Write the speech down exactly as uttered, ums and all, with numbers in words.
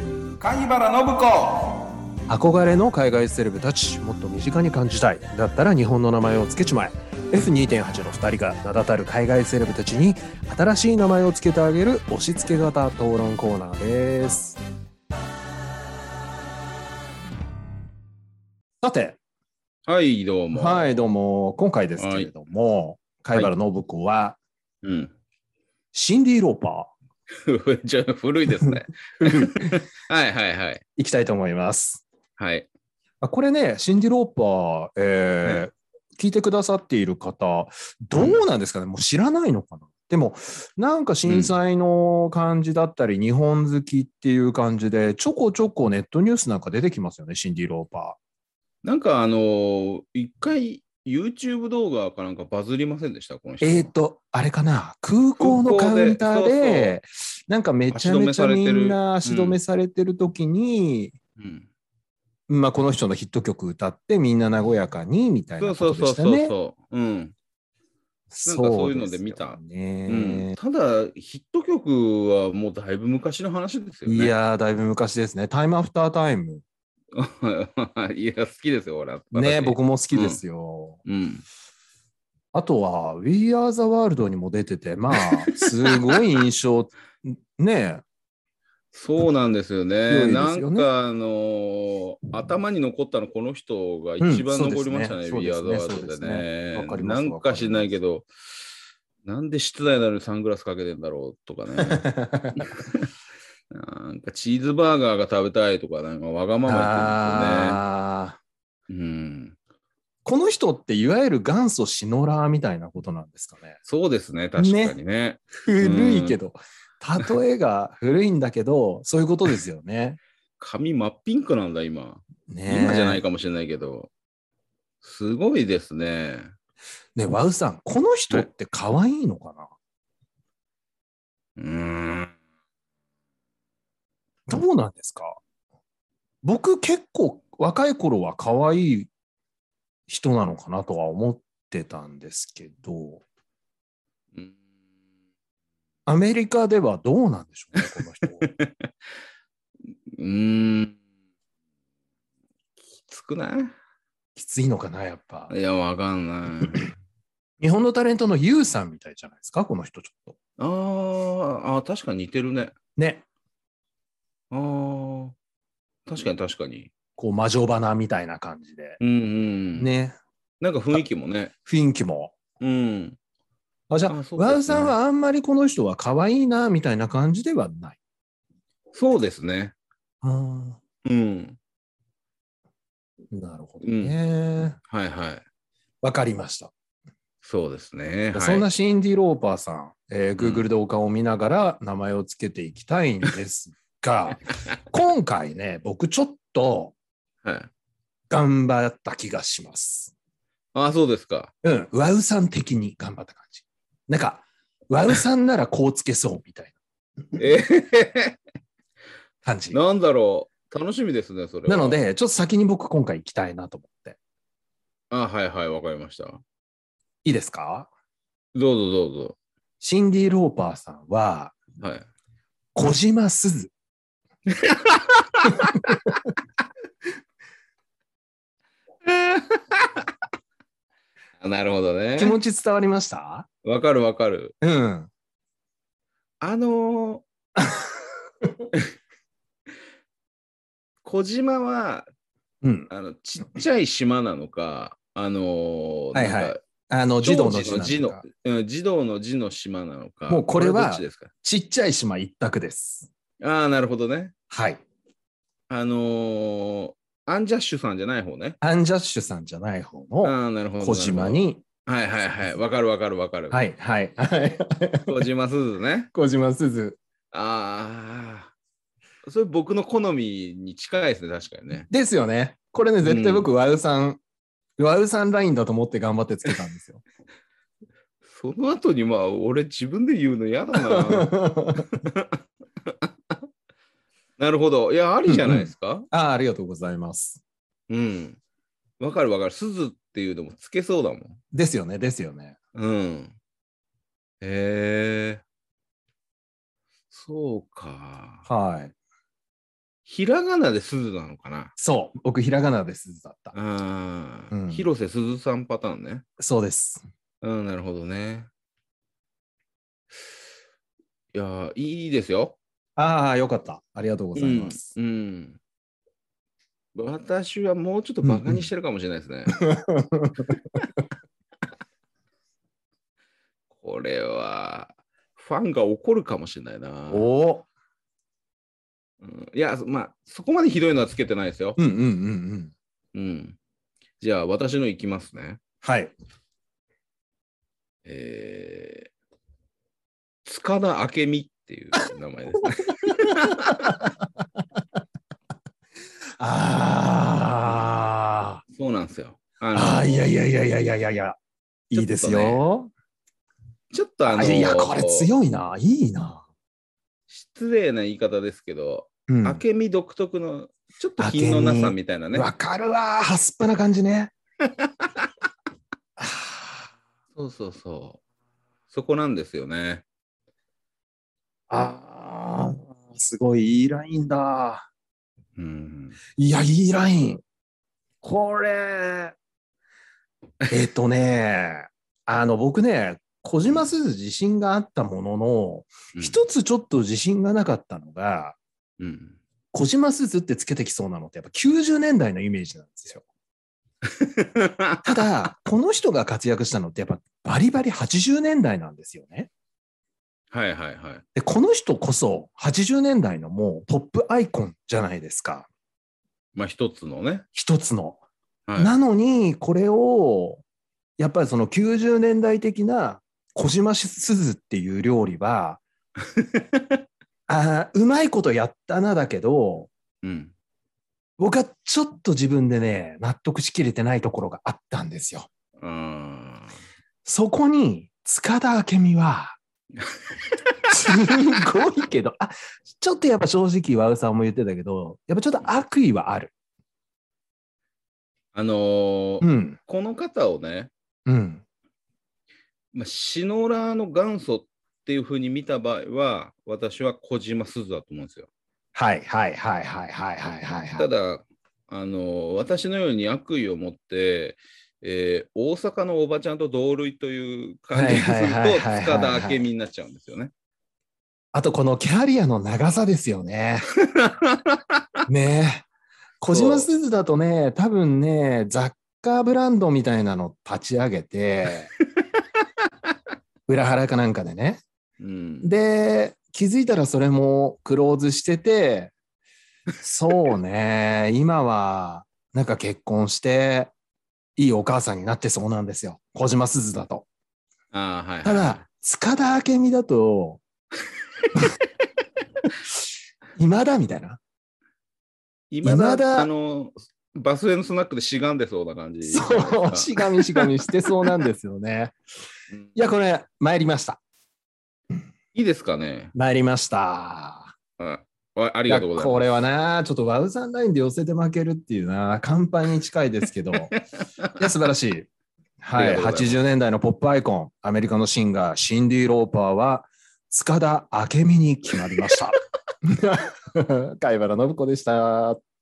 貝原信子。 憧れの海外セレブたち、もっと身近に感じたい。だったら日本の名前を付けちまえ。 エフにてんはち のふたりが名だたる海外セレブたちに新しい名前を付けてあげる押し付け型討論コーナーです。さて、 はいどうも。 はいどうも。今回ですけれども、貝原信子は、はい、うん、シンディ・ローパーじゃあ古いですね。はいはいはい。 いきたいと思います。 はい。 これね、シンディ・ローパー、えーはい、聞いてくださっている方、どうなんですかね、うん、もう知らないのかな。でも、なんか震災の感じだったり、うん、日本好きっていう感じで、ちょこちょこネットニュースなんか出てきますよね、シンディ・ローパー。なんかあのー、一回 YouTube 動画かなんかバズりませんでした、この人。 えっと、あれかな、空港のカウンターで、そうそうなんかめちゃめちゃみんな足止めされてる時に、うんうん、まあ、この人のヒット曲歌ってみんな和やかにみたいなことでしたね。そうそうそうそう。うん。 なんかそういうので見た。ね、うん、ただヒット曲はもうだいぶ昔の話ですよね。 いやーだいぶ昔ですね。タイムアフタータイム。 いや好きですよ俺。 ね僕も好きですよ。うん。うん、あとは We Are the World にも出ててまあすごい印象ね。 そうなんですよね。よねなんかあのー、頭に残ったのこの人が一番残りましたね、 うん、 ビアードワードでね。ねなんかしないけど、なんで室内なのにサングラスかけてんだろうとかね。なんかチーズバーガーが食べたいとか、なんかわがまま言ってるんですよね。あうん、この人っていわゆる元祖シノラーみたいなことなんですかね。 そうですね、確かにね。ね古いけど。例えが古いんだけど、そういうことですよね。 髪真っピンクなんだ、今。ね、今じゃないかもしれないけど。すごいですね。 ね、ワウさん、この人って可愛いのかな？うーん。どうなんですか？僕結構若い頃は可愛い人なのかなとは思ってたんですけど。うんアメリカではどうなんでしょうね、この人。 うーん。きつくない？ きついのかな、やっぱ。 いや、わかんない。 日本のタレントのユウさんみたいじゃないですか、この人ちょっと。 ああ、確かに似てるね。 ね。 ああ、確かに確かに。 こう、魔女花みたいな感じで。 うんうん。ね。なんか雰囲気もね。 雰囲気も。うん。あ、じゃあ、あ、ね、ワウさんはあんまりこの人は可愛いな、みたいな感じではない。 そうですね。あうん。 なるほどね。 うん、はいはい。 わかりました。そうですね。 そんなシンディ・ローパーさん、えー、Google でお顔を見ながら名前をつけていきたいんですが、今回ね、僕ちょっと頑張った気がします。 ああ、そうですか。 うん、ワウさん的に頑張った感じ。なんか、ワウさんならこうつけそうみたいな。えー、感じ。 なんだろう。楽しみですね、それは。 なので、ちょっと先に僕今回行きたいなと思って。 あ、はいはい、わかりました。 いいですか？ どうぞどうぞ。 シンディ・ローパーさんは、はい、小島すず。 なるほどね。 気持ち伝わりました？ わかるわかる。 うん。 あのー、小島は、うん、あのちっちゃい島なのか、あのー、はいはい、なんかあの児童の字のうん、児童の字の島なのか。 もうこれはちっちゃい島一択です。 ああ、なるほどね。 はい。 あのー、アンジャッシュさんじゃない方ね。 アンジャッシュさんじゃない方の小島に。 はいはいはい。わかるわかるわかる。 はいはい。 小島すずね。 小島すず。 ああ。それ僕の好みに近いですね、確かにね。 ですよね。これね、絶対僕、うん、ワウさん、ワウさんラインだと思って頑張ってつけたんですよ。 その後にまあ、俺自分で言うの嫌だな。なるほど。いや、ありじゃないですか。うんうん、 ああ、ありがとうございます。 うん。わかるわかる。すずっていうのもつけそうだもん。 ですよね、ですよね。 うん。へえ。そうか。 はい。 ひらがなで鈴なのかな。 そう、僕ひらがなで鈴だった。 ああ、うん、広瀬すずさんパターンね。 そうです。 うん、なるほどね。いや、いいですよ。 ああ、よかった。ありがとうございます。 うん。うん、私はもうちょっとバカにしてるかもしれないですね。うんうん、これは、ファンが怒るかもしれないな。おうん、いや、まあ、そこまでひどいのはつけてないですよ。 うんうんうんうん。 うん。じゃあ、私のいきますね。 はい。 えー、塚田明美っていう名前ですね。 ああ。 そうなんですよ。 あのー、ああ、いやいやいやいやいやいやいや。いいですよ。 ちょっとあのー、 いや、これ強いな。いいな。 失礼な言い方ですけど、うん、明美独特のちょっと品のなさみたいなね。 わかるわ。はすっぱな感じね。 そうそうそう。そこなんですよね。 ああ、すごいいいラインだ。 うん、 いや、いいライン。これ、えっとね、あの、僕ね、小島すず自信があったものの、うん、一つちょっと自信がなかったのが、うん、小島すずってつけてきそうなのってやっぱきゅうじゅうねんだいのイメージなんですよ。ただ、この人が活躍したのってやっぱバリバリはちじゅうねんだいなんですよね。 はいはいはい。 で、この人こそはちじゅうねんだいのもうトップアイコンじゃないですか。 まあ一つのね。 一つの。はい、なのに、これを、やっぱりそのきゅうじゅうねんだい的な小島すずっていう料理は、あうまいことやったなだけど、うん、僕はちょっと自分でね、納得しきれてないところがあったんですよ。うんそこに塚田明美は、すごいけど、あ、ちょっとやっぱ正直、ワウさんも言ってたけど、やっぱちょっと悪意はある。 あのーうん、この方をね、うんまあ、シノラーの元祖っていうふうに見た場合は、私は小島すずだと思うんですよ。 はいはいはいはいはいはいはい、はい。 ただ、あの私のように悪意を持って、えー、大阪のおばちゃんと同類という感じにすると、塚田明美になっちゃうんですよね。 あと、このキャリアの長さですよね。ねえ。小島すずだとね、多分ね、雑貨ブランドみたいなの立ち上げて、裏腹かなんかでね。うん、で、気づいたらそれもクローズしてて、そうね、今はなんか結婚して、いいお母さんになってそうなんですよ。小島すずだと。 あはいはいはい、 ただ、塚田明美だと、今だみたいな。 今だ、だあの、バスへのスナックでしがんでそうな感じ。 そう、しがみしがみしてそうなんですよね。うん、いや、これ、参りました。 いいですかね。 参りました。 あありがとうございます。 これはな、ちょっとワウさんラインで寄せて負けるっていうな、乾杯に近いですけど、いや、素晴らしい。はい、はちじゅうねんだいのポップアイコン、アメリカのシンガー、シンディ・ローパーは、塚田明美に決まりました。貝原信子でした。